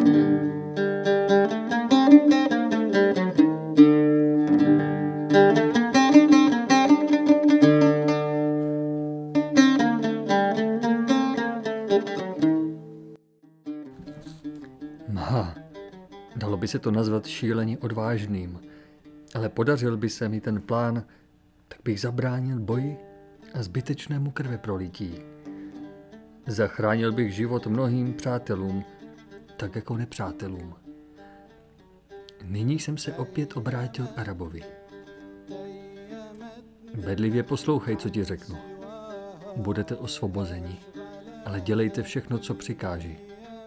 Dalo by se to nazvat šíleně odvážným, ale podařil by se mi ten plán, tak bych zabránil boji a zbytečnému krveprolití. Zachránil bych život mnohým přátelům, tak jako nepřátelům. Nyní jsem se opět obrátil k Arabovi. Bedlivě poslouchej, co ti řeknu. Budete osvobozeni, ale dělejte všechno, co přikáži.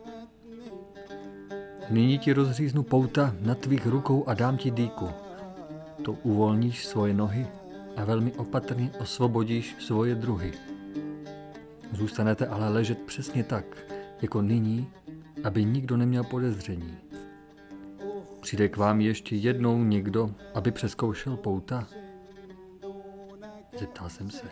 Nyní ti rozříznu pouta na tvých rukou a dám ti dýku. To uvolníš svoje nohy a velmi opatrně osvobodíš svoje druhy. Zůstanete ale ležet přesně tak, jako nyní, aby nikdo neměl podezření. Přijde k vám ještě jednou někdo, aby přezkoušel pouta? Zeptal jsem se.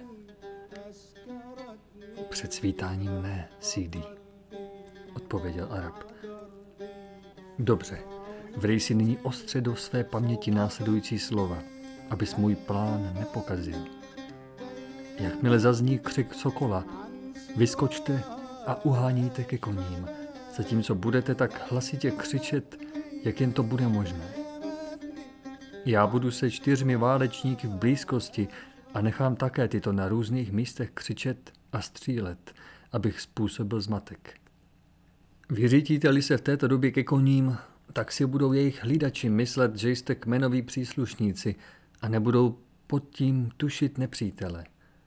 Před svítáním ne, Sidi, odpověděl Arab. Dobře, vrej si nyní ostře do své paměti následující slova, abys můj plán nepokazil. Jakmile zazní křik sokola, vyskočte a uháníte ke koním, zatímco budete tak hlasitě křičet, jak jen to bude možné. Já budu se 4 válečníky v blízkosti a nechám také tyto na různých místech křičet a střílet, abych způsobil zmatek. Vyřítíte-li se v této době ke koním, tak si budou jejich hlídači myslet, že jste kmenoví příslušníci a nebudou pod tím tušit nepřítele.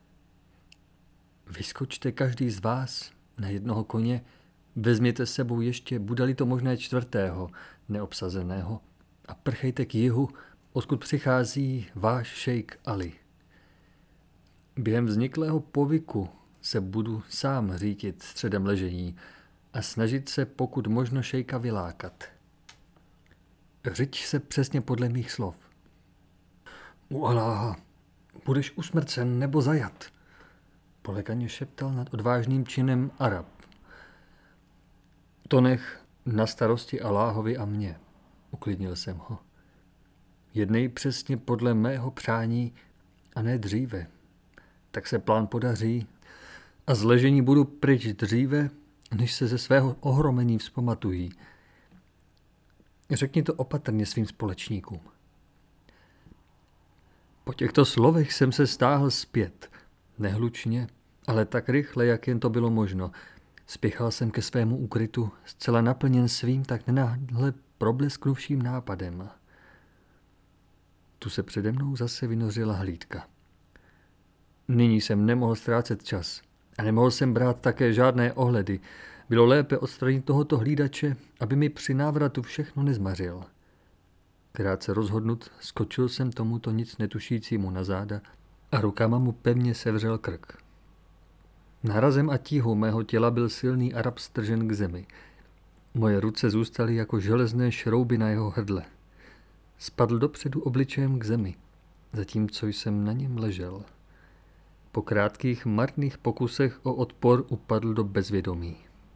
Vyskočte každý z vás na jednoho koně, vezměte s sebou ještě, bude-li to možné 4. neobsazeného a prchejte k jihu, odkud přichází váš šejk Ali. Během vzniklého povyku se budu sám řídit středem ležení a snažit se pokud možno šejka vylákat. Řiď se přesně podle mých slov. U Aláha, budeš usmrcen nebo zajat, polekaně šeptal nad odvážným činem Arab. To nech na starosti Aláhovi a mně, uklidnil jsem ho. Jednej přesně podle mého přání a ne dříve. Tak se plán podaří a z ležení budu pryč dříve, než se ze svého ohromení vzpamatují. Řekni to opatrně svým společníkům. Po těchto slovech jsem se stáhl zpět, nehlučně, ale tak rychle, jak jen to bylo možno. Spěchal jsem ke svému úkrytu, zcela naplněn svým tak nenáhle problesknuvším nápadem. Tu se přede mnou zase vynořila hlídka. Nyní jsem nemohl ztrácet čas a nemohl jsem brát také žádné ohledy. Bylo lépe odstranit tohoto hlídače, aby mi při návratu všechno nezmařil. Krátce rozhodnut, skočil jsem tomuto nic netušícímu na záda a rukama mu pevně sevřel krk. Nárazem a tíhou mého těla byl silný Arab stržen k zemi. Moje ruce zůstaly jako železné šrouby na jeho hrdle. Spadl dopředu obličejem k zemi, zatímco jsem na něm ležel. Po krátkých marných pokusech o odpor upadl do bezvědomí.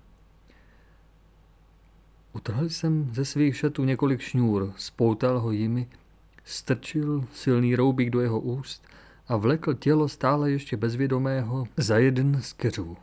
Utrhl jsem ze svých šatů několik šňůr, spoutal ho jimi, strčil silný roubík do jeho úst a vlekl tělo stále ještě bezvědomého za jeden z keřů.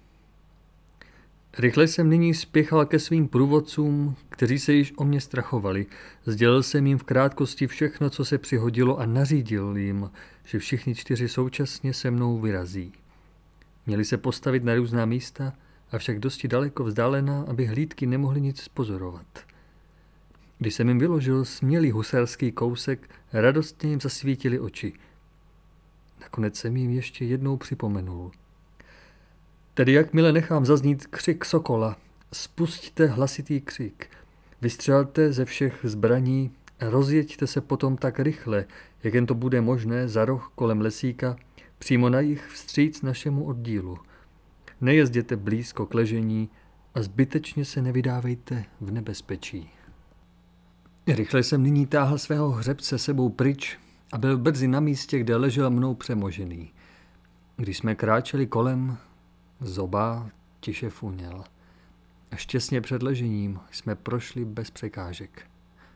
Rychle jsem nyní spěchal ke svým průvodcům, kteří se již o mě strachovali. Sdělil jsem jim v krátkosti všechno, co se přihodilo a nařídil jim, že všichni 4 současně se mnou vyrazí. Měli se postavit na různá místa, avšak dosti daleko vzdálená, aby hlídky nemohly nic pozorovat. Když jsem jim vyložil smělý husarský kousek, radostně jim zasvítily oči. Nakonec jsem jim ještě jednou připomenul. Tedy jakmile nechám zaznít křik sokola, spusťte hlasitý křik, vystřelte ze všech zbraní a rozjeďte se potom tak rychle, jak jen to bude možné za roh kolem lesíka, přímo na jih vstříc našemu oddílu. Nejezděte blízko k ležení a zbytečně se nevydávejte v nebezpečí. Rychle jsem nyní táhl svého hřebce sebou pryč a byl brzy na místě, kde ležel mnou přemožený. Když jsme kráčeli kolem, Zobá tiše funěl. Až těsně před ležením jsme prošli bez překážek.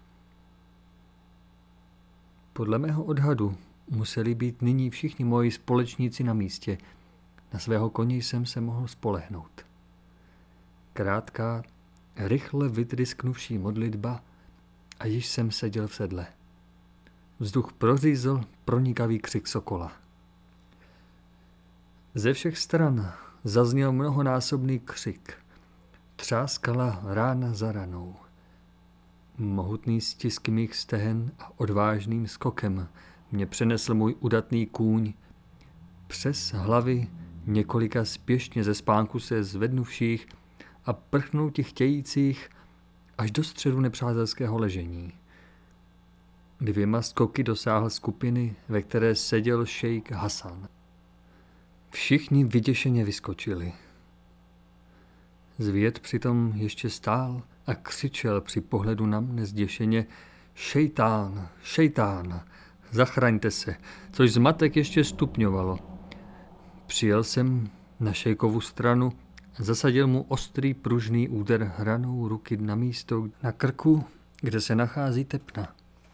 Podle mého odhadu museli být nyní všichni moji společníci na místě. Na svého koně jsem se mohl spolehnout. Krátká, rychle vytrysknuvší modlitba a již jsem seděl v sedle. Vzduch prořízl pronikavý křik sokola. Ze všech stran zazněl mnohonásobný křik. Třáskala rána za ranou. Mohutný stisk mých stehen a odvážným skokem mě přenesl můj udatný kůň přes hlavy několika spěšně ze spánku se zvednuvších a prchnuti chtějících až do středu nepřátelského ležení. 2 skoky dosáhl skupiny, ve které seděl šejk Hasan. Všichni vyděšeně vyskočili. Zvěd přitom ještě stál a křičel při pohledu na mne zděšeně: šejtán, šejtán, zachraňte se, což zmatek ještě stupňovalo. Přijel jsem na šejkovu stranu, zasadil mu ostrý pružný úder hranou ruky na místo na krku, kde se nachází tepna.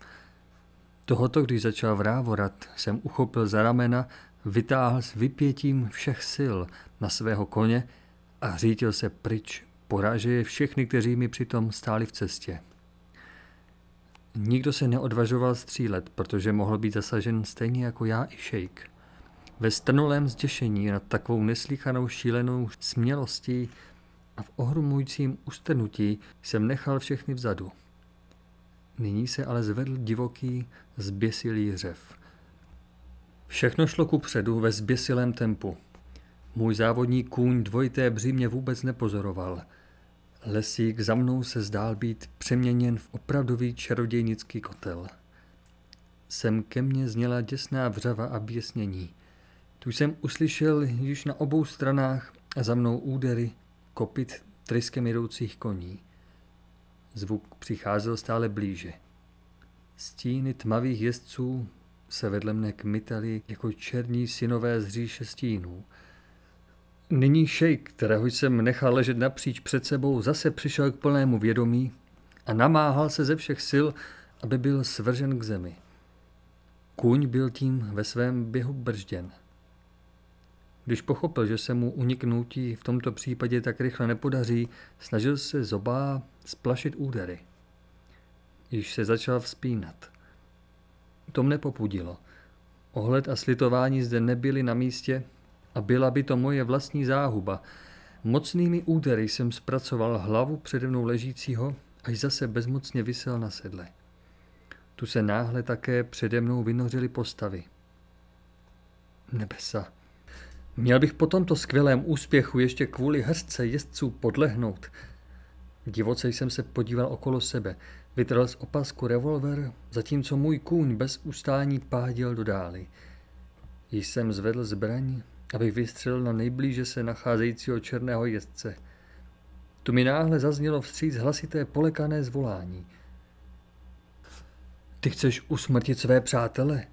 Tohoto, když začal vrávorat, jsem uchopil za ramena, vytáhl s vypětím všech sil na svého koně a řítil se pryč, porážeje všechny, kteří mi přitom stáli v cestě. Nikdo se neodvažoval střílet, protože mohl být zasažen stejně jako já i šejk. Ve strnulém zděšení nad takovou neslýchanou šílenou smělostí a v ohromujícím ustrnutí jsem nechal všechny vzadu. Nyní se ale zvedl divoký, zběsilý řev. Všechno šlo kupředu ve zběsilém tempu. Můj závodní kůň dvojité břímě vůbec nepozoroval. Lesík za mnou se zdál být přeměněn v opravdový čarodějnický kotel. Sem ke mně zněla děsná vřava a běsnění. Tu jsem uslyšel již na obou stranách a za mnou údery kopyt tryskem jedoucích koní. Zvuk přicházel stále blíže. Stíny tmavých jezdců se vedle mne kmitaly jako černí synové z říše stínů. Nyní šejk, kterého jsem nechal ležet napříč před sebou, zase přišel k plnému vědomí a namáhal se ze všech sil, aby byl svržen k zemi. Kůň byl tím ve svém běhu bržděn. Když pochopil, že se mu uniknutí v tomto případě tak rychle nepodaří, snažil se zobá splašit údery. Již se začal vzpínat. To mne popudilo. Ohled a slitování zde nebyly na místě a byla by to moje vlastní záhuba. Mocnými údery jsem zpracoval hlavu přede mnou ležícího, až zase bezmocně visel na sedle. Tu se náhle také přede mnou vynořily postavy. Nebesa. Měl bych po tomto skvělém úspěchu ještě kvůli hrstce jezdců podlehnout. Divoce jsem se podíval okolo sebe, vytrhl z opasku revolver, zatímco můj kůň bez ustání páděl do dály. Již jsem zvedl zbraň, abych vystřelil na nejblíže se nacházejícího černého jezdce. Tu mi náhle zaznělo vstříc hlasité polekané zvolání. Ty chceš usmrtit své přátele?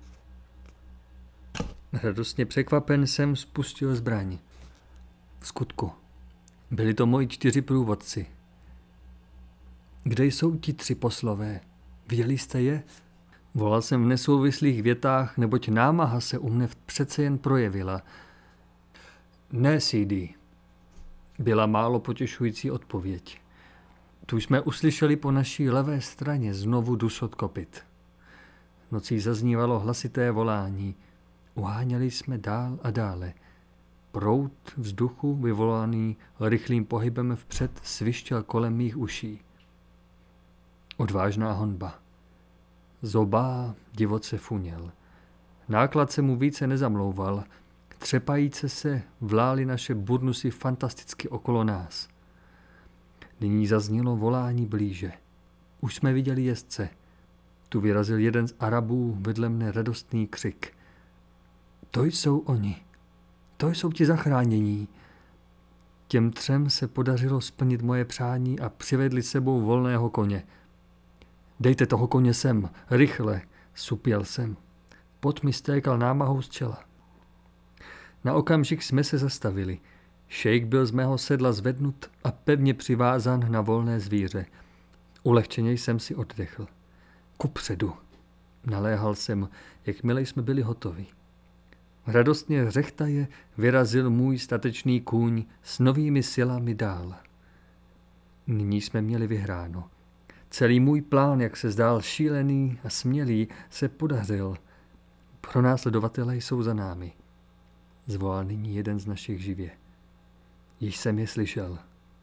Radostně překvapen jsem spustil zbraň. V skutku, byli to moji 4 průvodci. Kde jsou ti 3 poslové? Viděli jste je? Volal jsem v nesouvislých větách, neboť námaha se u mne přece jen projevila. Ne, CD. Byla málo potěšující odpověď. Tu jsme uslyšeli po naší levé straně znovu dusot kopyt. Nocí zaznívalo hlasité volání. Uháněli jsme dál a dále. Proud vzduchu, vyvolaný rychlým pohybem vpřed, svištěl kolem mých uší. Odvážná honba. Zobá divoce funěl. Náklad se mu více nezamlouval. Třepajíce se vlály naše burnusy fantasticky okolo nás. Nyní zaznělo volání blíže. Už jsme viděli jezdce. Tu vyrazil jeden z Arabů, vedle mne radostný křik. To jsou oni. To jsou ti zachránění. Těm 3 se podařilo splnit moje přání a přivedli sebou volného koně. Dejte toho koně sem, rychle, supěl jsem. Pot mi stékal námahou z čela. Na okamžik jsme se zastavili. Šejk byl z mého sedla zvednut a pevně přivázán na volné zvíře. Ulehčeně jsem si oddechl. Kupředu, naléhal jsem, jakmile jsme byli hotovi. Radostně řechtaje vyrazil můj statečný kůň s novými silami dál. Nyní jsme měli vyhráno. Celý můj plán, jak se zdál šílený a smělý, se podařil. Pronásledovatelé jsou za námi. Zvolal nyní jeden z našich živě. Již jsem je slyšel.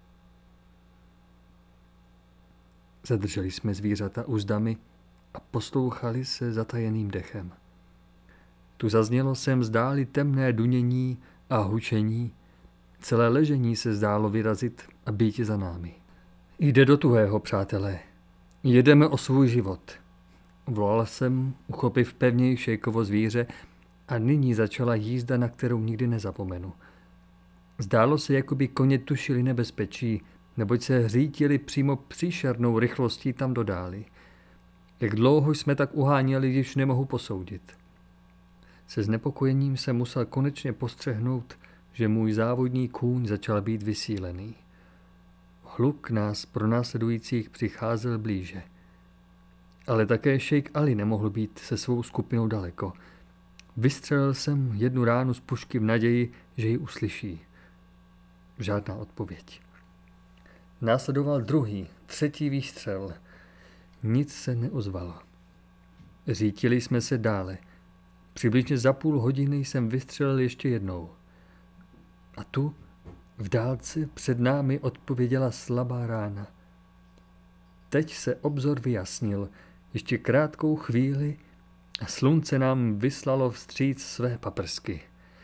Zadrželi jsme zvířata uzdami a poslouchali se zatajeným dechem. Tu zaznělo sem zdáli temné dunění a hučení. Celé ležení se zdálo vyrazit a býti za námi. Jde do tuhého, přátelé. Jedeme o svůj život. Volal jsem, uchopiv pevněji šejkovo zvíře, a nyní začala jízda, na kterou nikdy nezapomenu. Zdálo se, jako by koně tušili nebezpečí, neboť se řítili přímo příšernou rychlostí tam dodáli. Jak dlouho jsme tak uháněli, již nemohu posoudit. Se znepokojením jsem musel konečně postřehnout, že můj závodní kůň začal být vysílený. Hluk nás pronásledujících přicházel blíže. Ale také šejk Ali nemohl být se svou skupinou daleko. Vystřelil jsem jednu ránu z pušky v naději, že ji uslyší. Žádná odpověď. Následoval druhý, třetí výstřel. Nic se neozvalo. Řítili jsme se dále. Přibližně za půl hodiny jsem vystřelil ještě jednou. A tu v dálce před námi odpověděla slabá rána. Teď se obzor vyjasnil. Ještě krátkou chvíli a slunce nám vyslalo vstříc své paprsky.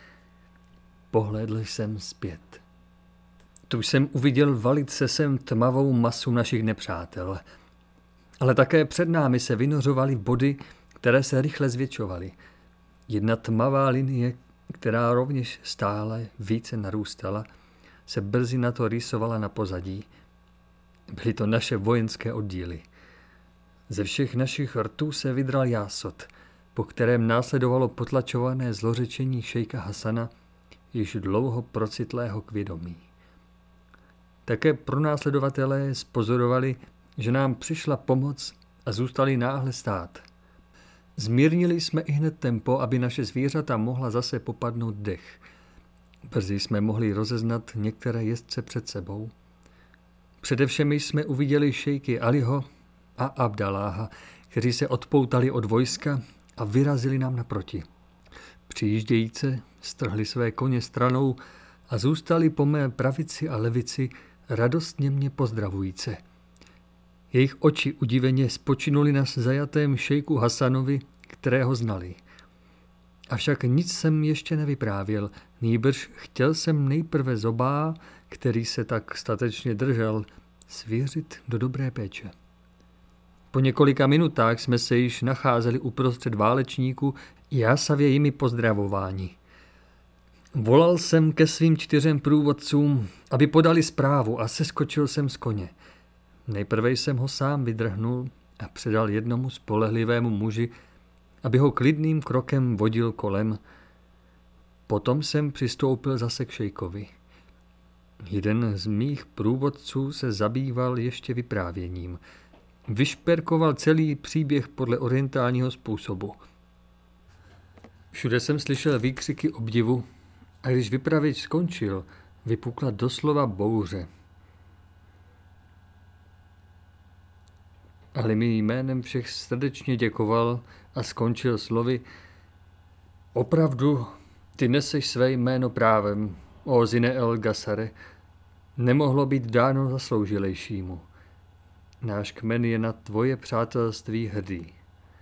Pohlédl jsem zpět. Tu jsem uviděl valit se sem tmavou masu našich nepřátel. Ale také před námi se vynořovaly body, které se rychle zvětšovaly. Jedna tmavá linie, která rovněž stále více narůstala, se brzy na to rýsovala na pozadí. Byly to naše vojenské oddíly. Ze všech našich rtů se vydral jásot, po kterém následovalo potlačované zlořečení šejka Hasana, již dlouho procitlého k vědomí. Také pronásledovatelé spozorovali, že nám přišla pomoc a zůstali náhle stát. Zmírnili jsme ihned tempo, aby naše zvířata mohla zase popadnout dech. Brzy jsme mohli rozeznat některé jezdce před sebou. Především jsme uviděli šejky Aliho a Abdaláha, kteří se odpoutali od vojska a vyrazili nám naproti. Přijíždějíce strhli své koně stranou a zůstali po mé pravici a levici radostně mě pozdravujíce. Jejich oči udiveně spočinuli na zajatém šejku Hasanovi, kterého znali. Avšak nic jsem ještě nevyprávěl, nýbrž chtěl jsem nejprve zobá, který se tak statečně držel, svěřit do dobré péče. Po několika minutách jsme se již nacházeli uprostřed válečníků jásavě jimi pozdravováni. Volal jsem ke svým 4 průvodcům, aby podali zprávu, a seskočil jsem z koně. Nejprve jsem ho sám vydrhnul a předal jednomu spolehlivému muži, aby ho klidným krokem vodil kolem. Potom jsem přistoupil zase k šejkovi. Jeden z mých průvodců se zabýval ještě vyprávěním. Vyšperkoval celý příběh podle orientálního způsobu. Všude jsem slyšel výkřiky obdivu a když vypravěč skončil, vypukla doslova bouře. Ale mi jménem všech srdečně děkoval a skončil slovy: Opravdu, ty neseš své jméno právem, o Zine el Gasare, nemohlo být dáno zasloužilejšímu. Náš kmen je na tvoje přátelství hrdý.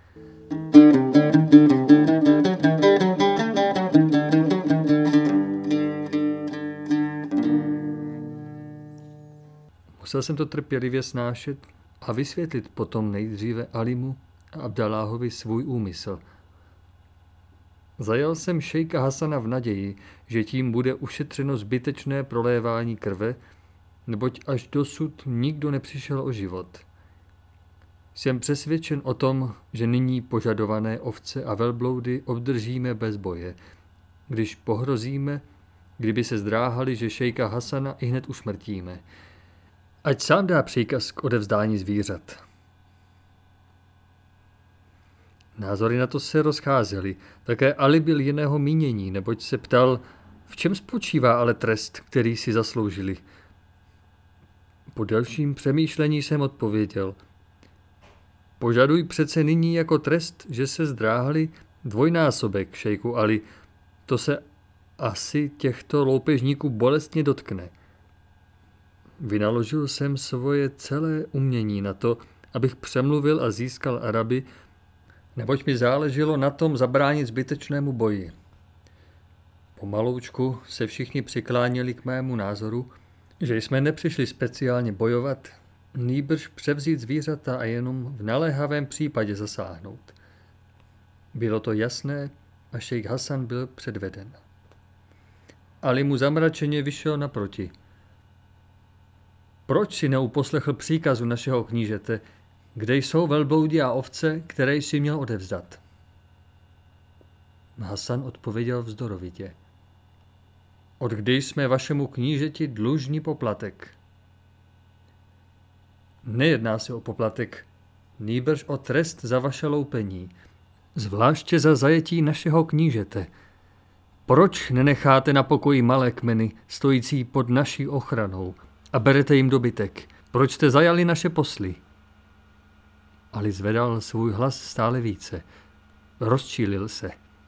Musel jsem to trpělivě snášet a vysvětlit potom nejdříve Alimu a Abdaláhovi svůj úmysl. Zajal jsem šejka Hasana v naději, že tím bude ušetřeno zbytečné prolévání krve, neboť až dosud nikdo nepřišel o život. Jsem přesvědčen o tom, že nyní požadované ovce a velbloudy obdržíme bez boje, když pohrozíme, kdyby se zdráhali, že šejka Hasana ihned usmrtíme. Ať sám dá příkaz k odevzdání zvířat. Názory na to se rozcházely. Také Ali byl jiného mínění, neboť se ptal, v čem spočívá ale trest, který si zasloužili. Po delším přemýšlení jsem odpověděl. Požaduj přece nyní jako trest, že se zdráhali dvojnásobek, šejku Ali. To se asi těchto loupežníků bolestně dotkne. Vynaložil jsem svoje celé umění na to, abych přemluvil a získal Araby, neboť mi záleželo na tom zabránit zbytečnému boji. Pomaloučku se všichni přikláněli k mému názoru, že jsme nepřišli speciálně bojovat, nýbrž převzít zvířata a jenom v naléhavém případě zasáhnout. Bylo to jasné a šejk Hasan byl předveden. Ali mu zamračeně vyšel naproti. Proč si neuposlechl příkazu našeho knížete, kde jsou velbloudi a ovce, které jsi měl odevzdat? Hasan odpověděl vzdorovitě. Od kdy jsme vašemu knížeti dlužní poplatek? Nejedná se o poplatek, nýbrž o trest za vaše loupení, zvláště za zajetí našeho knížete. Proč nenecháte na pokoji malé kmeny, stojící pod naší ochranou, a berete jim dobytek? Proč jste zajali naše posly? Ali zvedal svůj hlas stále více. Rozčílil se.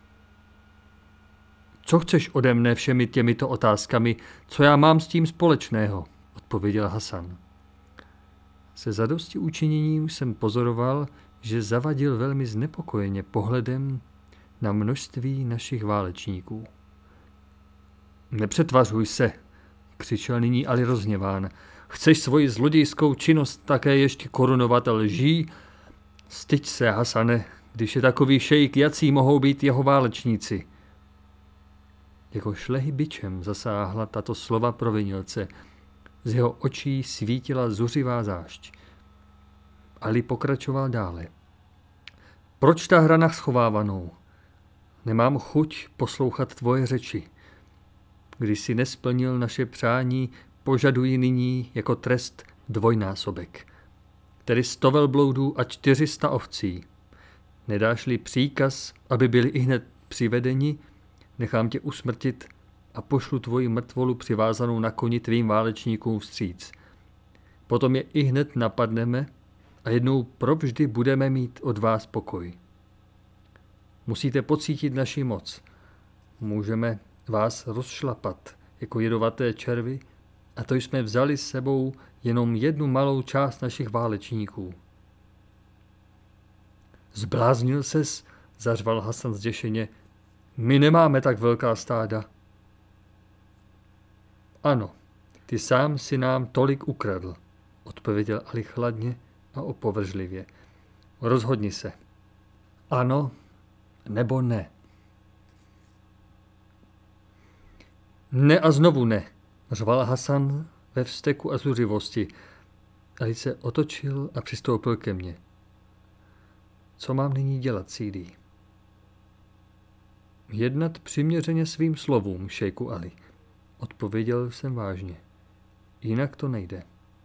Co chceš ode mne všemi těmito otázkami, co já mám s tím společného? Odpověděl Hasan. Se zadosti učiněním jsem pozoroval, že zavadil velmi znepokojeně pohledem na množství našich válečníků. Nepřetvařuj se, křičel nyní Ali rozhněván. Chceš svoji zlodějskou činnost také ještě korunovat lží? Styď se, Hasane, když je takový šejk, jací mohou být jeho válečníci. Jako šlehy bičem zasáhla tato slova provinilce. Z jeho očí svítila zuřivá zášť. Ali pokračoval dále. Proč ta hra na schovávanou? Nemám chuť poslouchat tvoje řeči. Když si nesplnil naše přání, požaduji nyní jako trest dvojnásobek. Tedy 100 velbloudů a 400 ovcí. Nedáš-li příkaz, aby byli ihned přivedeni, nechám tě usmrtit a pošlu tvoji mrtvolu přivázanou na koni tvým válečníkům vstříc. Potom je ihned napadneme a jednou provždy budeme mít od vás pokoj. Musíte pocítit naši moc. Můžeme vás rozšlapat jako jedovaté červy a to jsme vzali s sebou jenom jednu malou část našich válečníků. Zbláznil ses, zařval Hasan zděšeně. My nemáme tak velká stáda. Ano, ty sám si nám tolik ukradl, odpověděl Ali chladně a opovržlivě. Rozhodni se. Ano nebo ne. Ne a znovu ne, řval Hasan ve vzteku a zuřivosti. Ali se otočil a přistoupil ke mně. Co mám nyní dělat, Sídí? Jednat přiměřeně svým slovům, šejku Ali. Odpověděl jsem vážně. Jinak to nejde.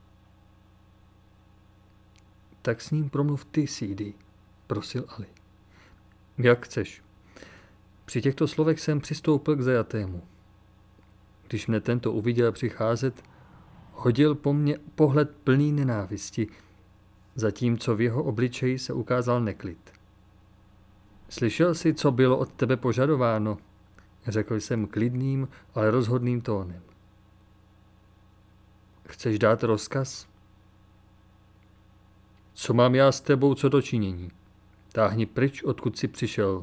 Tak s ním promluv ty, Sídí, prosil Ali. Jak chceš. Při těchto slovech jsem přistoupil k zajatému. Když mne tento uviděl přicházet, hodil po mně pohled plný nenávisti, zatímco v jeho obličeji se ukázal neklid. Slyšel jsi, co bylo od tebe požadováno, řekl jsem klidným, ale rozhodným tónem. Chceš dát rozkaz? Co mám já s tebou co do činění? Táhni pryč, odkud jsi přišel.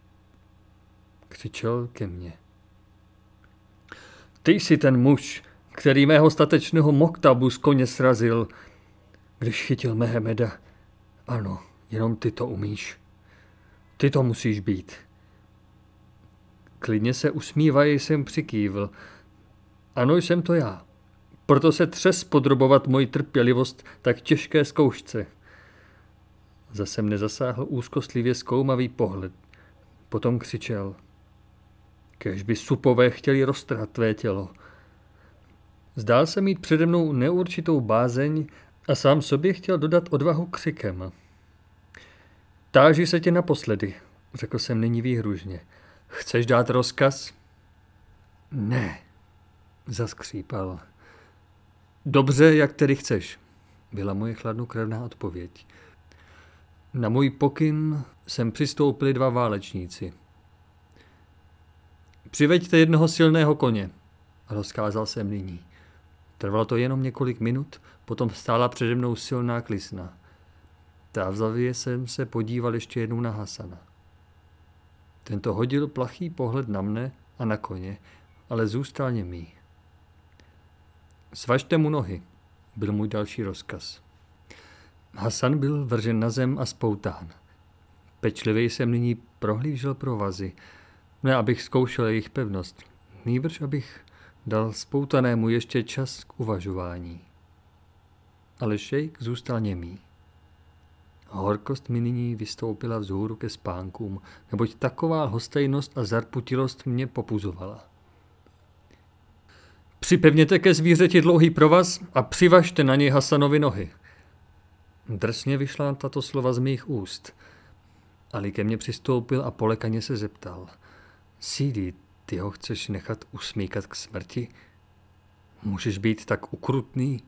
Křičel ke mně. Ty jsi ten muž, který mého statečného Moktabu z koně srazil, když chytil Mehemeda. Ano, jenom ty to umíš. Ty to musíš být. Klidně se usmívají, jsem přikývl. Ano, jsem to já. Proto se třes podrobovat moji trpělivost tak těžké zkoušce. Zase mne zasáhl úzkostlivě zkoumavý pohled. Potom křičel. Kéž by supové chtěli roztrhat tvé tělo. Zdál se mít přede mnou neurčitou bázeň a sám sobě chtěl dodat odvahu křikem. Táži se tě naposledy, řekl jsem nyní výhružně. Chceš dát rozkaz? Ne, zaskřípal. Dobře, jak tedy chceš, byla moje chladnokrevná odpověď. Na můj pokyn sem přistoupili 2 válečníci. Přiveďte jednoho silného koně, rozkázal jsem nyní. Trvalo to jenom několik minut, potom stála přede mnou silná klisna. Távzavě jsem se podíval ještě jednou na Hasana. Tento hodil plachý pohled na mne a na koně, ale zůstal němý. Svažte mu nohy, byl můj další rozkaz. Hasan byl vržen na zem a spoután. Pečlivě jsem nyní prohlížel provazy, ne abych zkoušel jejich pevnost, nýbrž abych dal spoutanému ještě čas k uvažování. Ale šejk zůstal němý. Horkost mi nyní vystoupila vzhůru ke spánkům, neboť taková hostejnost a zarputilost mě popuzovala. Připevněte ke zvířeti dlouhý provaz a přivažte na něj Hasanovi nohy. Drsně vyšla tato slova z mých úst. Ali ke mně přistoupil a polekaně se zeptal. Sídi, ty ho chceš nechat usmíkat k smrti? Můžeš být tak ukrutný?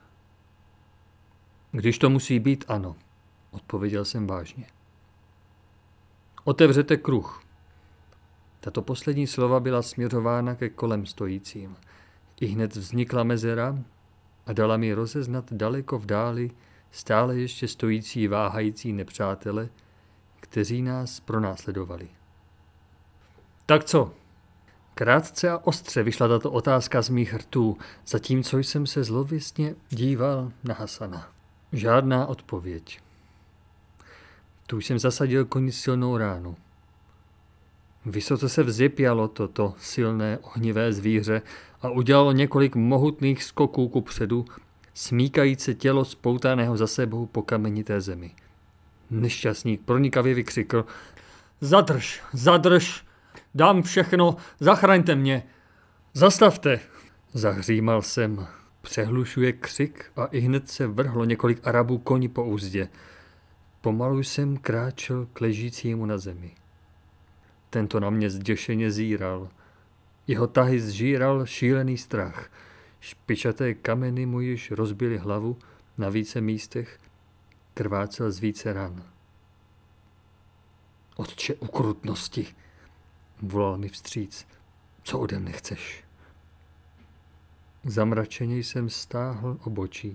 Když to musí být, ano, odpověděl jsem vážně. Otevřete kruh. Tato poslední slova byla směřována ke kolem stojícím. Ihned vznikla mezera a dala mi rozeznat daleko v dáli stále ještě stojící váhající nepřátele, kteří nás pronásledovali. Tak co? Krátce a ostře vyšla tato otázka z mých rtů, zatímco jsem se zlověstně díval na Hasana. Žádná odpověď. Tu jsem zasadil koni silnou ránu. Vysoce se vzepělo toto silné ohnivé zvíře a udělalo několik mohutných skoků kupředu, smíkající tělo spoutaného za sebou po kamenité zemi. Nešťastník pronikavě vykřikl: Zadrž, zadrž, dám všechno, zachraňte mě, zastavte. Zahřímal jsem, přehlušuje křik a ihned se vrhlo několik Arabů koni po úzdě. Pomalu jsem kráčel k ležícímu na zemi. Tento na mě zděšeně zíral. Jeho tahy zžíral šílený strach. Špičaté kameny mu již rozbily hlavu na více místech, krvácel z více ran. Otče ukrutnosti, volal mi vstříc, co ode mne chceš? Zamračeně jsem stáhl obočí.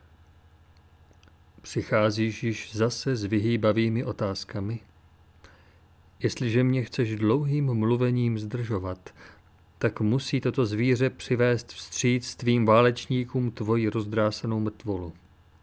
Přicházíš již zase s vyhýbavými otázkami? Jestliže mě chceš dlouhým mluvením zdržovat, tak musí toto zvíře přivést vstříc tvým válečníkům tvoji rozdrásanou mrtvolu.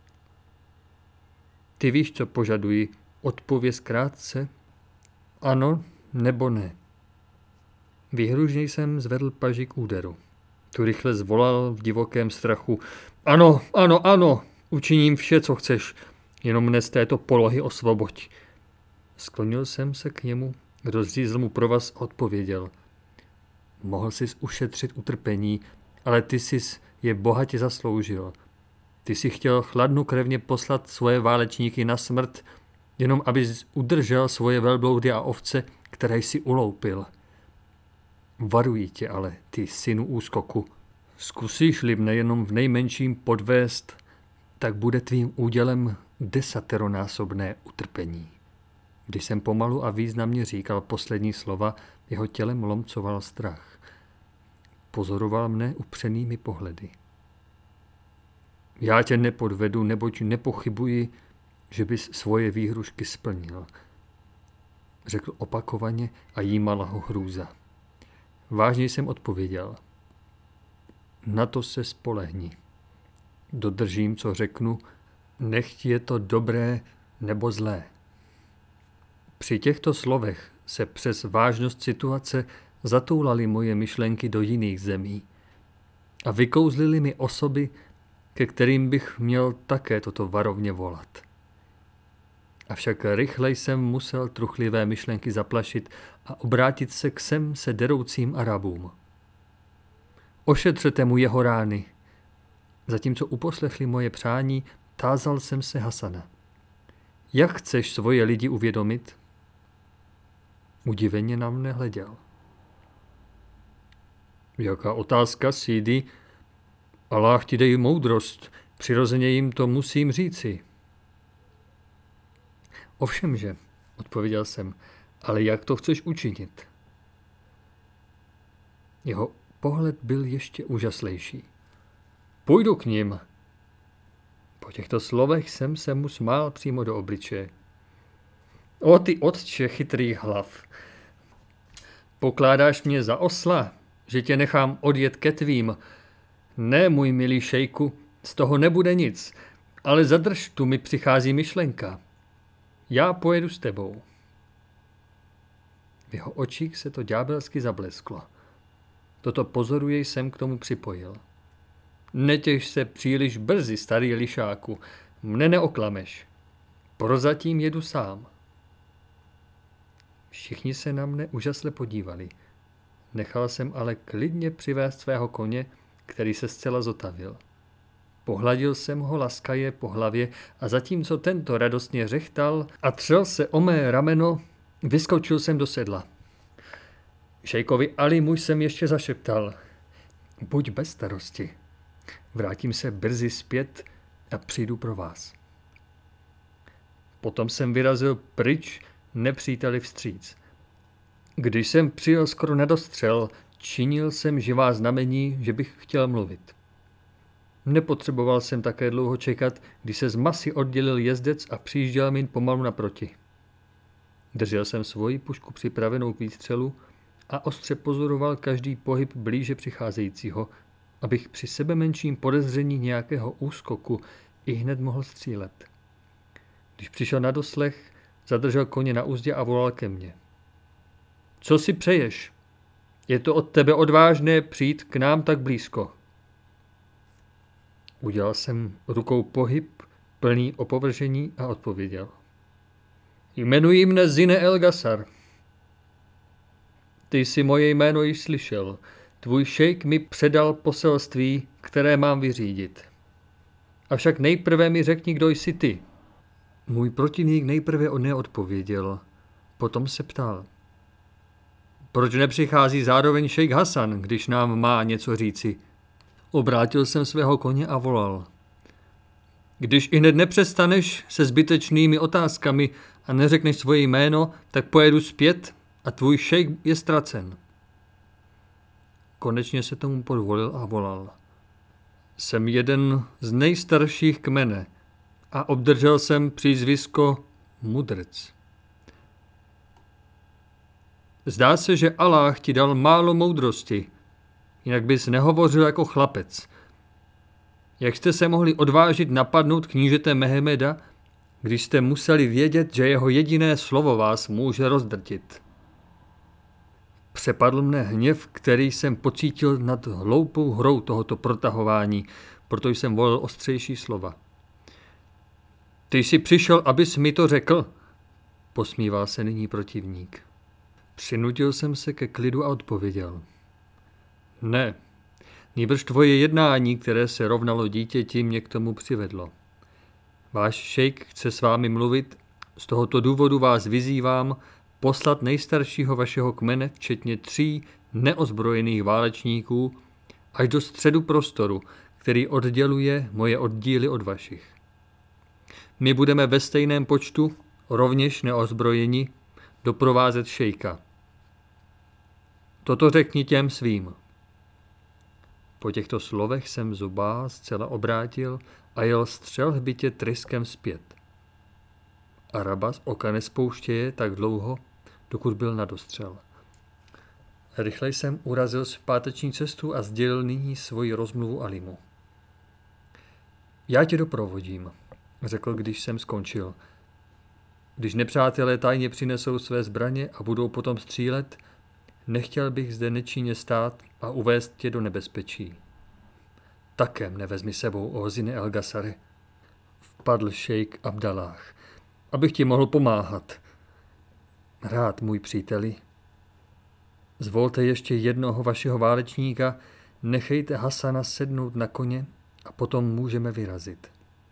Ty víš, co požaduji, odpověz krátce, ano nebo ne. Výhružně jsem zvedl paži k úderu. Tu rychle zvolal v divokém strachu. Ano, ano, ano, učiním vše, co chceš, jenom mne z této polohy osvoboď. Sklonil jsem se k němu, rozřízl mu provaz a odpověděl. Mohl sis ušetřit utrpení, ale ty sis je bohatě zasloužil. Ty si chtěl chladnokrevně poslat svoje válečníky na smrt, jenom abys udržel svoje velbloudy a ovce, které jsi uloupil. Varuji tě ale, ty synu úskoku. Zkusíš-li mne jenom v nejmenším podvést, tak bude tvým údělem 10násobné utrpení. Když jsem pomalu a významně říkal poslední slova, jeho tělem lomcoval strach. Pozoroval mne upřenými pohledy. Já tě nepodvedu, neboť nepochybuji, že bys svoje výhrušky splnil, řekl opakovaně a jímala ho hrůza. Vážně jsem odpověděl. Na to se spolehni. Dodržím, co řeknu, nechť je to dobré nebo zlé. Při těchto slovech se přes vážnost situace zatoulaly moje myšlenky do jiných zemí a vykouzlily mi osoby, ke kterým bych měl také toto varovně volat. Avšak rychle jsem musel truchlivé myšlenky zaplašit a obrátit se k se deroucím Arabům. Ošetřete mu jeho rány. Zatímco uposlechli moje přání, tázal jsem se Hasana. Jak chceš svoje lidi uvědomit? Udiveně na mne hleděl. Jaká otázka, Sidi? Allah ti dej moudrost, přirozeně jim to musím říci. Ovšemže, odpověděl jsem, ale jak to chceš učinit? Jeho pohled byl ještě úžaslejší. Půjdu k nim. Po těchto slovech jsem se mu smál přímo do obličeje. O ty otče chytrých hlav. Pokládáš mě za osla, že tě nechám odjet ke tvým. Ne, můj milý šejku, z toho nebude nic, ale zadrž, tu mi přichází myšlenka. Já pojedu s tebou. V jeho očích se to ďábelsky zablesklo. Toto pozoruje jsem k tomu připojil. Netěš se příliš brzy, starý lišáku, mne neoklameš. Prozatím jedu sám. Všichni se na mne úžasle podívali. Nechal jsem ale klidně přivést svého koně, který se zcela zotavil. Pohladil jsem ho laskaje po hlavě a zatímco tento radostně řechtal a třel se o mé rameno, vyskočil jsem do sedla. Šejkovi Alimu jsem ještě zašeptal. Buď bez starosti. Vrátím se brzy zpět a přijdu pro vás. Potom jsem vyrazil pryč nepříteli vstříc. Když jsem přijel skoro na dostřel, činil jsem živá znamení, že bych chtěl mluvit. Nepotřeboval jsem také dlouho čekat, když se z masy oddělil jezdec a přijížděl mi pomalu naproti. Držel jsem svoji pušku připravenou k výstřelu a ostře pozoroval každý pohyb blíže přicházejícího, abych při sebemenším podezření nějakého úskoku i hned mohl střílet. Když přišel na doslech, zadržel koně na uzdě a volal ke mně. Co si přeješ? Je to od tebe odvážné přijít k nám tak blízko. Udělal jsem rukou pohyb, plný opovržení a odpověděl. Jmenuji mne Zine El-Gasar. Ty jsi moje jméno již slyšel. Tvůj šejk mi předal poselství, které mám vyřídit. Avšak nejprve mi řekni, kdo jsi ty. Můj protivník nejprve neodpověděl. Potom se ptal. Proč nepřichází zároveň šejk Hasan, když nám má něco říci? Obrátil jsem svého koně a volal. Když i hned nepřestaneš se zbytečnými otázkami a neřekneš svoje jméno, tak pojedu zpět a tvůj šejk je ztracen. Konečně se tomu podvolil a volal. Jsem jeden z nejstarších kmene a obdržel jsem přízvisko Mudrc. Zdá se, že Allah ti dal málo moudrosti, jinak bys nehovořil jako chlapec. Jak jste se mohli odvážit napadnout knížete Mehmeda, když jste museli vědět, že jeho jediné slovo vás může rozdrtit? Přepadl mne hněv, který jsem pocítil nad hloupou hrou tohoto protahování, proto jsem volil ostřejší slova. Ty jsi přišel, abys mi to řekl? Posmíval se nyní protivník. Přinutil jsem se ke klidu a odpověděl. Ne, nýbrž tvoje jednání, které se rovnalo dítěti, mě k tomu přivedlo. Váš šejk chce s vámi mluvit, z tohoto důvodu vás vyzývám poslat nejstaršího vašeho kmene, včetně 3 neozbrojených válečníků, až do středu prostoru, který odděluje moje oddíly od vašich. My budeme ve stejném počtu, rovněž neozbrojeni, doprovázet šejka. Toto řekni těm svým. Po těchto slovech jsem zuba zcela obrátil a jel střelhbitě tryskem zpět. Araba z oka nespouštěje tak dlouho, dokud byl na dostřel. Rychle jsem urazil zpáteční cestu a sdělil nyní svoji rozmluvu Alimu. Já tě doprovodím, řekl, když jsem skončil. Když nepřátelé tajně přinesou své zbraně a budou potom střílet, nechtěl bych zde nečinně stát a uvést tě do nebezpečí. Také mne vezmi sebou, o Zine El-Gasare, vpadl šejk Abdallah. abych ti mohl pomáhat. Rád, můj příteli. Zvolte ještě jednoho vašeho válečníka, nechejte Hasana sednout na koně a potom můžeme vyrazit.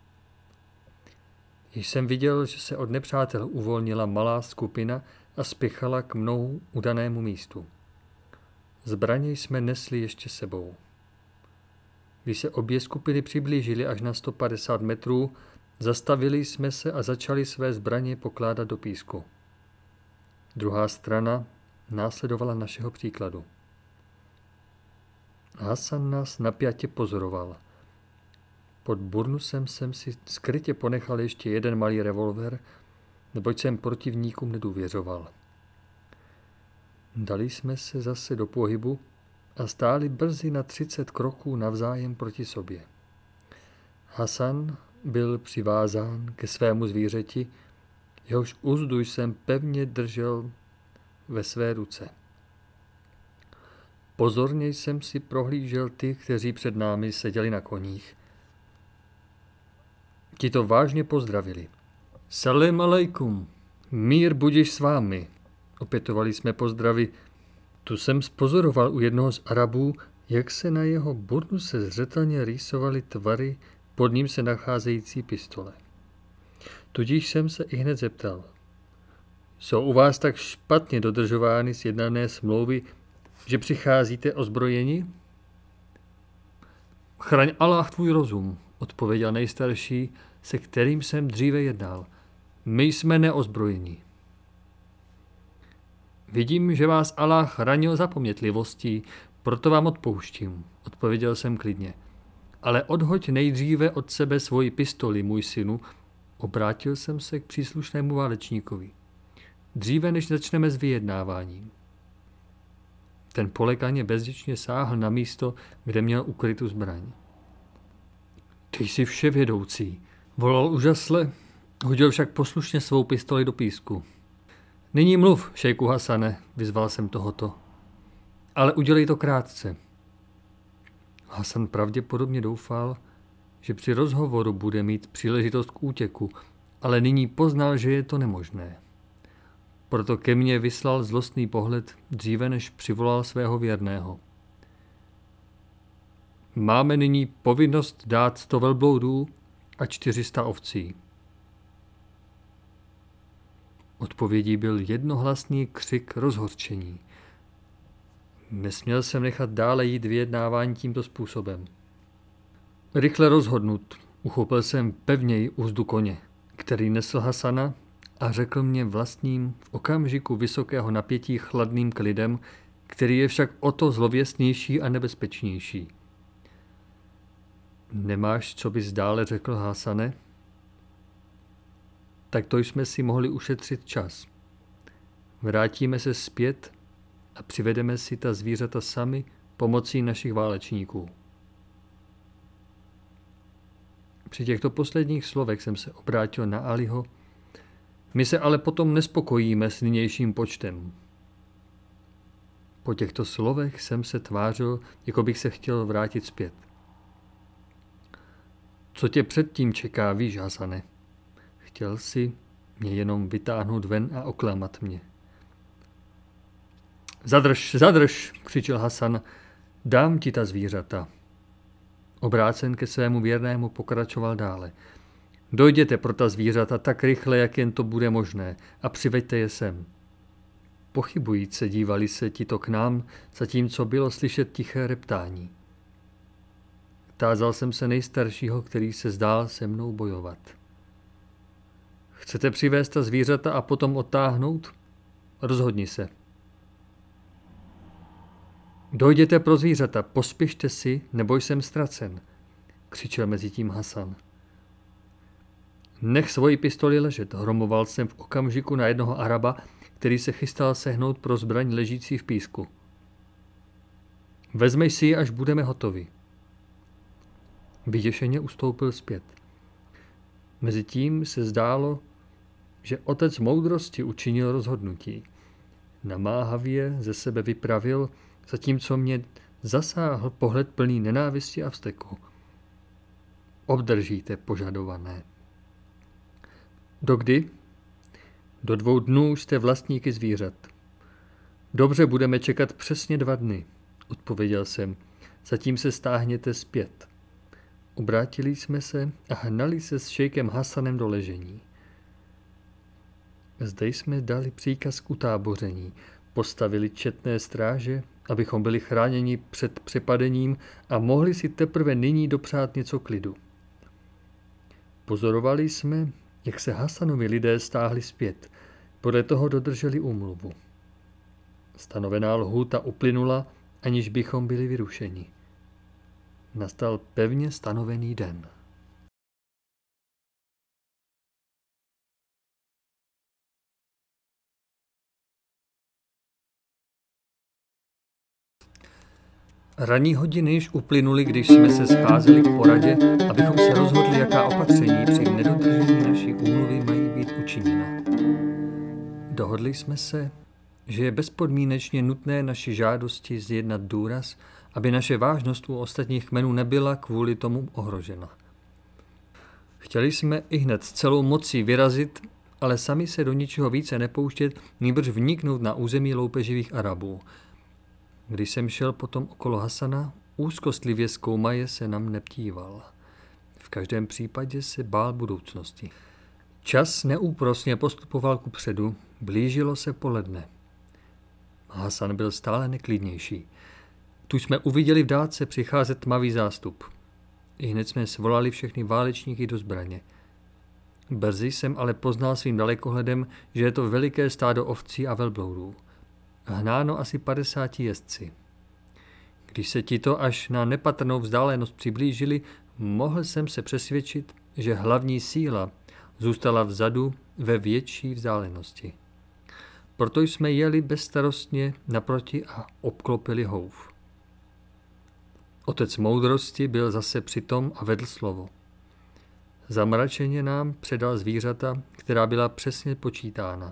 Již jsem viděl, že se od nepřátel uvolnila malá skupina a spěchala k mnou udanému místu. Zbraně jsme nesli ještě sebou. Když se obě skupiny přiblížily až na 150 metrů, zastavili jsme se a začali své zbraně pokládat do písku. Druhá strana následovala našeho příkladu. Hasan nás napjatě pozoroval. Pod burnusem jsem si skrytě ponechal ještě jeden malý revolver, neboť jsem protivníkům nedůvěřoval. Dali jsme se zase do pohybu a stáli brzy na 30 kroků navzájem proti sobě. Hasan byl přivázán ke svému zvířeti, jehož uzdu jsem pevně držel ve své ruce. Pozorně jsem si prohlížel ty, kteří před námi seděli na koních. Ti to vážně pozdravili. Salam alejkum, mír budiš s vámi. Opětovali jsme pozdravy. Tu jsem spozoroval u jednoho z Arabů, jak se na jeho burnuse zřetelně rýsovaly tvary, pod ním se nacházející pistole. Tudíž jsem se ihned zeptal. Jsou u vás tak špatně dodržovány sjednané smlouvy, že přicházíte ozbrojeni? Chraň Allah tvůj rozum, odpověděl nejstarší, se kterým jsem dříve jednal. My jsme neozbrojeni. Vidím, že vás Allah chránil zapomnětlivostí, proto vám odpouštím, odpověděl jsem klidně. Ale odhoď nejdříve od sebe svoji pistoli, můj synu, obrátil jsem se k příslušnému válečníkovi. Dříve, než začneme s vyjednáváním. Ten polekaně bezděčně sáhl na místo, kde měl ukrytou zbraň. Ty jsi vševědoucí, volal úžasle, hodil však poslušně svou pistoli do písku. Nyní mluv, šejku Hasane, vyzval jsem tohoto. Ale udělej to krátce. Hasan pravděpodobně doufal, že při rozhovoru bude mít příležitost k útěku, ale nyní poznal, že je to nemožné. Proto ke mně vyslal zlostný pohled dříve, než přivolal svého věrného. Máme nyní povinnost dát 100 velbloudů a 400 ovcí. Odpovědí byl jednohlasný křik rozhořčení. Nesměl jsem nechat dále jít vyjednávání tímto způsobem. Rychle rozhodnut, uchopil jsem pevněji úzdu koně, který nesl Hasana a řekl mě vlastním v okamžiku vysokého napětí chladným klidem, který je však o to zlověstnější a nebezpečnější. Nemáš, co bys dále řekl, Hasane? Tak to jsme si mohli ušetřit čas. Vrátíme se zpět a přivedeme si ta zvířata sami pomocí našich válečníků. Při těchto posledních slovech jsem se obrátil na Aliho. My se ale potom nespokojíme s nynějším počtem. Po těchto slovech jsem se tvářil, jako bych se chtěl vrátit zpět. Co tě předtím čeká, víš, Hasane? Chtěl si mě jenom vytáhnout ven a oklamat mě. Zadrž, zadrž, křičel Hasan, dám ti ta zvířata. Obrácen ke svému věrnému pokračoval dále. Dojděte pro ta zvířata tak rychle, jak jen to bude možné, a přiveďte je sem. Pochybujíce dívali se tito k nám, zatímco bylo slyšet tiché reptání. Tázal jsem se nejstaršího, který se zdál se mnou bojovat. Chcete přivést ta zvířata a potom odtáhnout? Rozhodni se. Dojděte pro zvířata, pospěšte si, nebo jsem ztracen, křičel mezi tím Hasan. Nech svoji pistoli ležet, hromoval jsem v okamžiku na jednoho Araba, který se chystal sehnout pro zbraň ležící v písku. Vezmeš si ji, až budeme hotovi. Vyděšeně ustoupil zpět. Mezitím se zdálo, že otec moudrosti učinil rozhodnutí. Namáhavě ze sebe vypravil, zatímco mě zasáhl pohled plný nenávisti a vzteku. Obdržíte požadované. Dokdy? Do 2 dnů jste vlastníky zvířat. Dobře, budeme čekat přesně 2 dny, odpověděl jsem. Zatím se stáhněte zpět. Obrátili jsme se a hnali se s šejkem Hasanem do ležení. Zde jsme dali příkaz k utáboření, postavili četné stráže, abychom byli chráněni před přepadením a mohli si teprve nyní dopřát něco klidu. Pozorovali jsme, jak se Hasanovi lidé stáhli zpět, podle toho dodrželi úmluvu. Stanovená lhůta uplynula, aniž bychom byli vyrušeni. Nastal pevně stanovený den. Ranní hodiny již uplynuly, když jsme se scházeli k poradě, abychom se rozhodli, jaká opatření při nedodržení naší úmluvy mají být učiněna. Dohodli jsme se, že je bezpodmínečně nutné naši žádosti zjednat důraz, aby naše vážnost u ostatních kmenů nebyla kvůli tomu ohrožena. Chtěli jsme ihned s celou mocí vyrazit, ale sami se do ničeho více nepouštět, nýbrž vniknout na území loupeživých Arabů. Když jsem šel potom okolo Hasana, úzkostlivě zkoumaje se nám neptíval. V každém případě se bál budoucnosti. Čas neúprosně postupoval kupředu, blížilo se poledne. Hasan byl stále neklidnější. Tu jsme uviděli v dálce přicházet tmavý zástup. Ihned jsme svolali všechny válečníky do zbraně. Brzy jsem ale poznal svým dalekohledem, že je to veliké stádo ovcí a velbloudů. Hnáno asi 50 jezdci. Když se tito až na nepatrnou vzdálenost přiblížili, mohl jsem se přesvědčit, že hlavní síla zůstala vzadu ve větší vzdálenosti. Proto jsme jeli bezstarostně naproti a obklopili houv. Otec moudrosti byl zase přitom a vedl slovo. Zamračeně nám předal zvířata, která byla přesně počítána.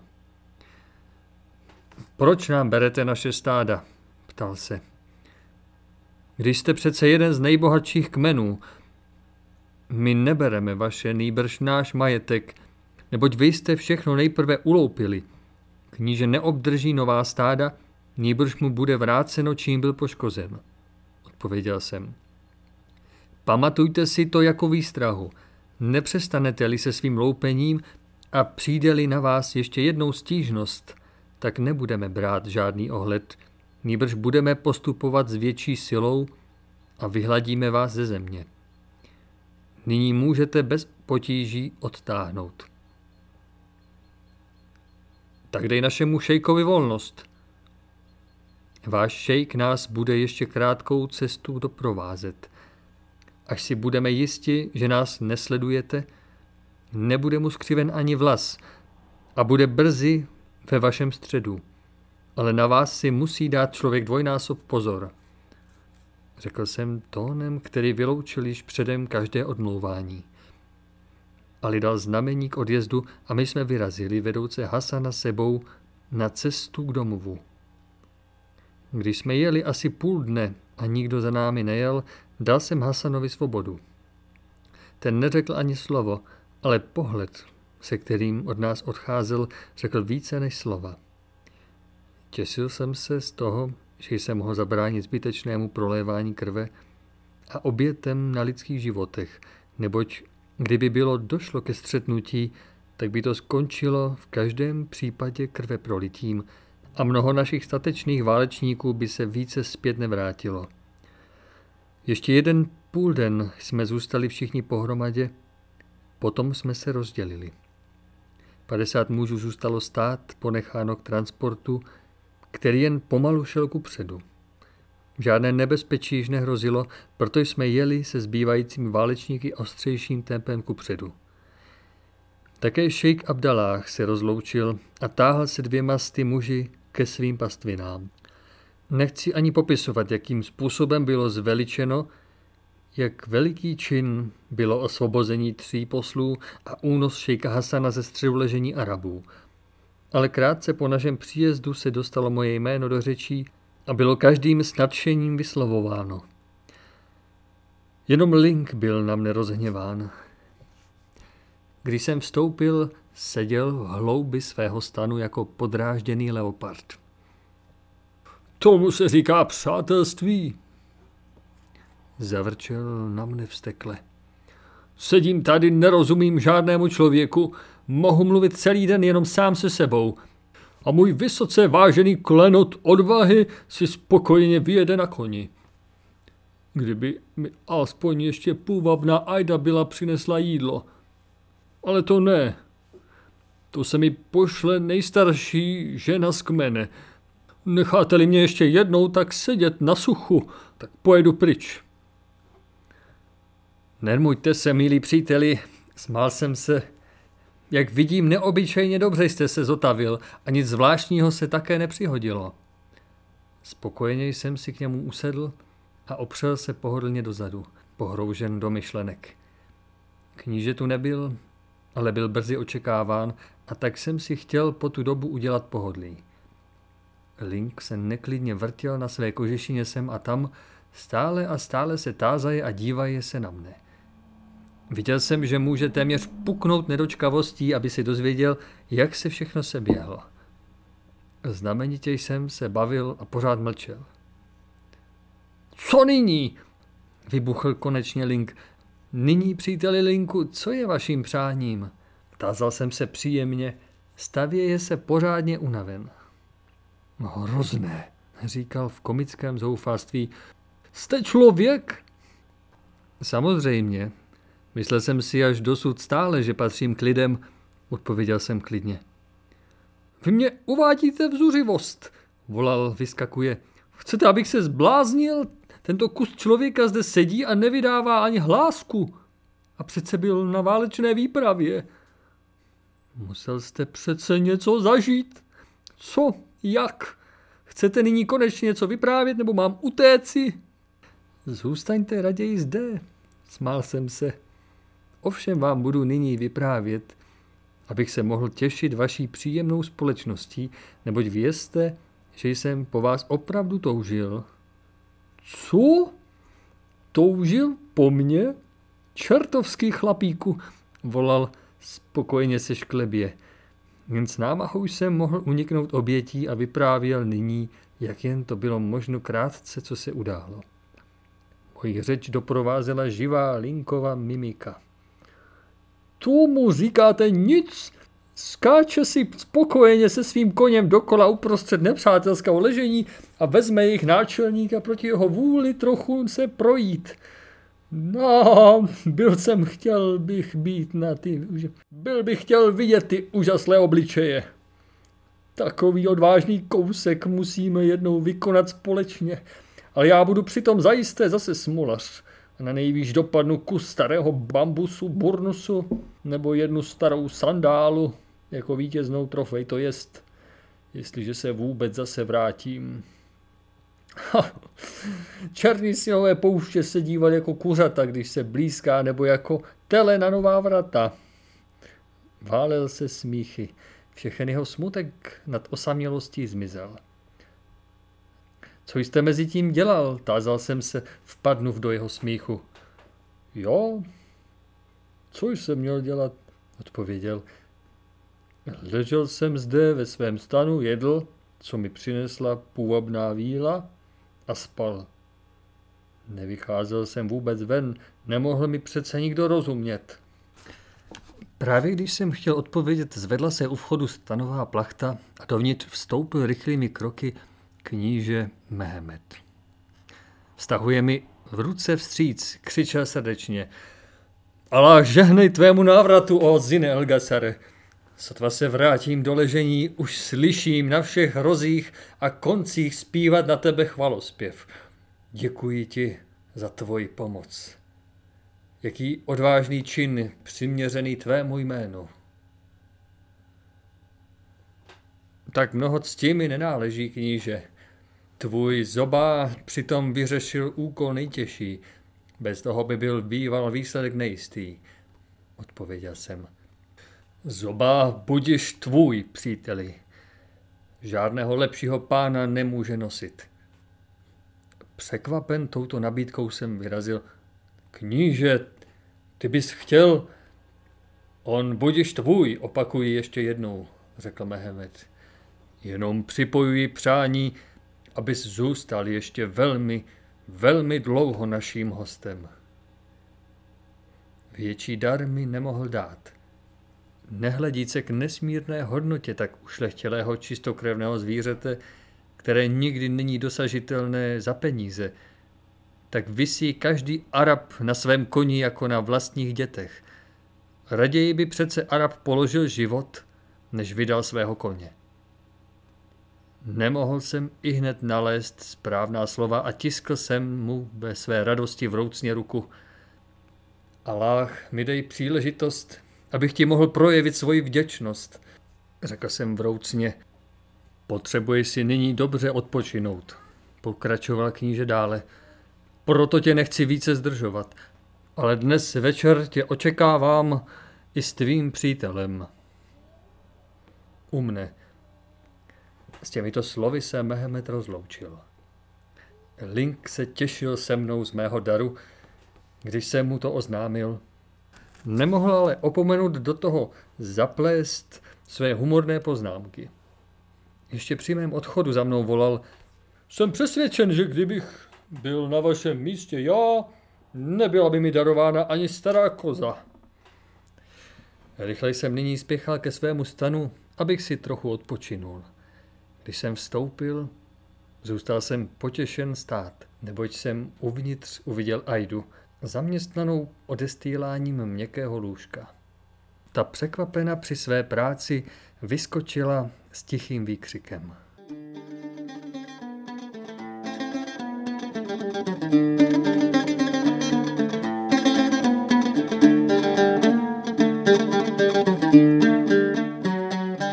Proč nám berete naše stáda? Ptal se. Když jste přece jeden z nejbohatších kmenů, my nebereme vaše, nýbrž náš majetek, neboť vy jste všechno nejprve uloupili. Kníže neobdrží nová stáda, nýbrž mu bude vráceno, čím byl poškozen. Odpověděl jsem. Pamatujte si to jako výstrahu. Nepřestanete-li se svým loupením a přijde-li na vás ještě jednou stížnost, tak nebudeme brát žádný ohled, nýbrž budeme postupovat s větší silou a vyhladíme vás ze země. Nyní můžete bez potíží odtáhnout. Tak dej našemu šejkovi volnost. Váš šejk nás bude ještě krátkou cestu doprovázet. Až si budeme jisti, že nás nesledujete, nebude mu skřiven ani vlas a bude brzy ve vašem středu. Ale na vás si musí dát člověk dvojnásob pozor. Řekl jsem tónem, který vyloučil již předem každé odmlouvání. Ali dal znamení k odjezdu a my jsme vyrazili, vedouce Hasana sebou, na cestu k domovu. Když jsme jeli asi půl dne a nikdo za námi nejel, dal jsem Hasanovi svobodu. Ten neřekl ani slovo, ale pohled, se kterým od nás odcházel, řekl více než slova. Těšil jsem se z toho, že jsem mohl zabránit zbytečnému prolévání krve a obětem na lidských životech, neboť kdyby bylo došlo ke střetnutí, tak by to skončilo v každém případě krveprolitím a mnoho našich statečných válečníků by se více zpět nevrátilo. Ještě 1,5 den jsme zůstali všichni pohromadě, potom jsme se rozdělili. 50 mužů zůstalo stát, ponecháno k transportu, který jen pomalu šel kupředu. Žádné nebezpečí již nehrozilo, proto jsme jeli se zbývajícími válečníky ostřejším tempem kupředu. Také šejk Abdalláh se rozloučil a táhl se 2 muži ke svým pastvinám. Nechci ani popisovat, jakým způsobem bylo zveličeno, jak veliký čin bylo osvobození 3 poslů a únos šejka Hasana ze středuležení Arabů. Ale krátce po našem příjezdu se dostalo moje jméno do řečí a bylo každým s nadšením vyslovováno. Jenom Link byl na mne rozhněván. Když jsem vstoupil, seděl v hloubi svého stanu jako podrážděný leopard. Tomu se říká přátelství, zavrčel na mne vztekle. Sedím tady, nerozumím žádnému člověku, mohu mluvit celý den jenom sám se sebou. A můj vysoce vážený klenot odvahy si spokojeně vyjede na koni. Kdyby mi alespoň ještě půvabná Ajda byla přinesla jídlo. Ale to ne. To se mi pošle nejstarší žena z kmene. Necháte-li mě ještě jednou tak sedět na suchu, tak pojedu pryč. Nermuďte se, milí příteli, smál jsem se. Jak vidím, neobyčejně dobře jste se zotavil a nic zvláštního se také nepřihodilo. Spokojeně jsem si k němu usedl a opřel se pohodlně dozadu, pohroužen do myšlenek. Kníže tu nebyl, ale byl brzy očekáván a tak jsem si chtěl po tu dobu udělat pohodlí. Link se neklidně vrtěl na své kožešině sem a tam, stále a stále se tázaje a dívaje se na mne. Viděl jsem, že může téměř puknout nedočkavostí, aby si dozvěděl, jak se všechno seběhlo. Znamenitě jsem se bavil a pořád mlčel. Co nyní? Vybuchl konečně Link. Nyní, příteli Linku, co je vaším přáním? Tázal jsem se příjemně, stavěje se pořádně unaven. Hrozné, říkal v komickém zoufalství. Jste člověk? Samozřejmě. Myslel jsem si až dosud stále, že patřím k lidem, odpověděl jsem klidně. Vy mě uvádíte v zuřivost, volal vyskakuje. Chcete, abych se zbláznil? Tento kus člověka zde sedí a nevydává ani hlásku. A přece byl na válečné výpravě. Musel jste přece něco zažít. Co? Jak? Chcete nyní konečně něco vyprávět, nebo mám utéci? Zůstaňte raději zde, smál jsem se. Ovšem vám budu nyní vyprávět, abych se mohl těšit vaší příjemnou společností, neboť vězte, že jsem po vás opravdu toužil. Co? Toužil po mně? Čertovský chlapíku, volal spokojeně se šklebě. Jen s námahou jsem mohl uniknout obětí a vyprávěl nyní, jak jen to bylo možno krátce, co se událo. Moji řeč doprovázela živá Linkova mimika. Tomu říkáte nic? Skáče si spokojeně se svým koněm dokola uprostřed nepřátelského ležení a vezme jejich náčelníka proti jeho vůli trochu se projít. No, byl bych chtěl vidět ty úžasné obličeje. Takový odvážný kousek musíme jednou vykonat společně, ale já budu přitom zajisté zase smolař. A na nejvýš dopadnu kus starého bambusu, burnusu nebo jednu starou sandálu jako vítěznou trofej, to jest, jestliže se vůbec zase vrátím. Černý synové pouště se dívali jako kuřata, když se blízká, nebo jako tele na nová vrata. Válel se smíchy. Všechen jeho smutek nad osamělostí zmizel. Co jste mezi tím dělal? Tázal jsem se, vpadnuv do jeho smíchu. Jo, co jsem měl dělat? Odpověděl. Ležel jsem zde ve svém stanu, jedl, co mi přinesla půvabná víla a spal. Nevycházel jsem vůbec ven, nemohl mi přece nikdo rozumět. Právě když jsem chtěl odpovědět, zvedla se u vchodu stanová plachta a dovnitř vstoupil rychlými kroky kníže Mehemet. Vztahuje mi v ruce vstříc, křičel srdečně. Alláh žehnej tvému návratu, o Zine Elgasare. Sotva se vrátím do ležení, už slyším na všech rozích a koncích zpívat na tebe chvalospěv. Děkuji ti za tvoji pomoc. Jaký odvážný čin přiměřený tvému jménu. Tak mnoho cti mi nenáleží, kníže. Tvůj zoba přitom vyřešil úkol nejtěžší. Bez toho by byl býval výsledek nejistý, odpověděl jsem. Zoba budiš tvůj, příteli. Žádného lepšího pána nemůže nosit. Překvapen touto nabídkou jsem vyrazil. Kníže, ty bys chtěl... On budiž tvůj, opakuji ještě jednou, řekl Mehemet. Jenom připojuji přání, abys zůstal ještě velmi, velmi dlouho naším hostem. Větší dar mi nemohl dát. Nehledíc se k nesmírné hodnotě tak ušlechtilého čistokrevného zvířete, které nikdy není dosažitelné za peníze, tak visí každý Arab na svém koni jako na vlastních dětech. Raději by přece Arab položil život, než vydal svého koně. Nemohl jsem ihned nalézt správná slova a tiskl jsem mu ve své radosti vroucně ruku. Aláh mi dej příležitost, abych ti mohl projevit svoji vděčnost, řekl jsem vroucně. Potřebuješ si nyní dobře odpočinout, pokračoval kníže dále. Proto tě nechci více zdržovat, ale dnes večer tě očekávám i s tvým přítelem. U mne. S těmito slovy se Mehemet rozloučil. Link se těšil se mnou z mého daru, když jsem mu to oznámil. Nemohl ale opomenout do toho zaplést své humorné poznámky. Ještě při mém odchodu za mnou volal: Jsem přesvědčen, že kdybych byl na vašem místě já, nebyla by mi darována ani stará koza. Rychle jsem nyní spěchal ke svému stanu, abych si trochu odpočinul. Když jsem vstoupil, zůstal jsem potěšen stát, neboť jsem uvnitř uviděl Aidu, zaměstnanou odestýláním měkkého lůžka. Ta překvapena při své práci vyskočila s tichým výkřikem.